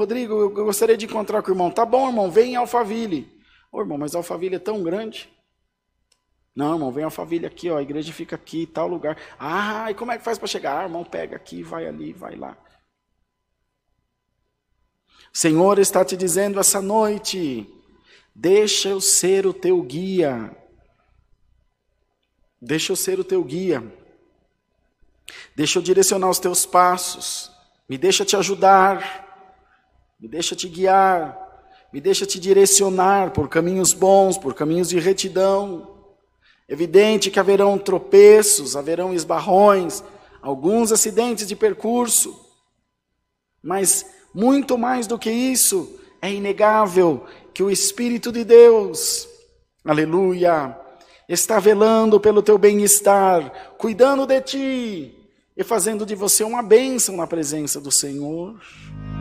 Rodrigo, eu gostaria de encontrar com o irmão. Tá bom, irmão, vem em Alphaville. Ô, irmão, mas Alphaville é tão grande. Não, irmão, vem em Alphaville aqui, ó, a igreja fica aqui, tal lugar. Ah, e como é que faz para chegar? Ah, irmão, pega aqui, vai ali, vai lá. O Senhor está te dizendo essa noite, deixa eu ser o teu guia. Deixa eu ser o teu guia. Deixa eu direcionar os teus passos. Me deixa te ajudar. Me deixa te guiar. Me deixa te direcionar por caminhos bons, por caminhos de retidão. Evidente que haverão tropeços, haverão esbarrões, alguns acidentes de percurso. Mas muito mais do que isso, é inegável que o Espírito de Deus, aleluia, está velando pelo teu bem-estar, cuidando de ti e fazendo de você uma bênção na presença do Senhor.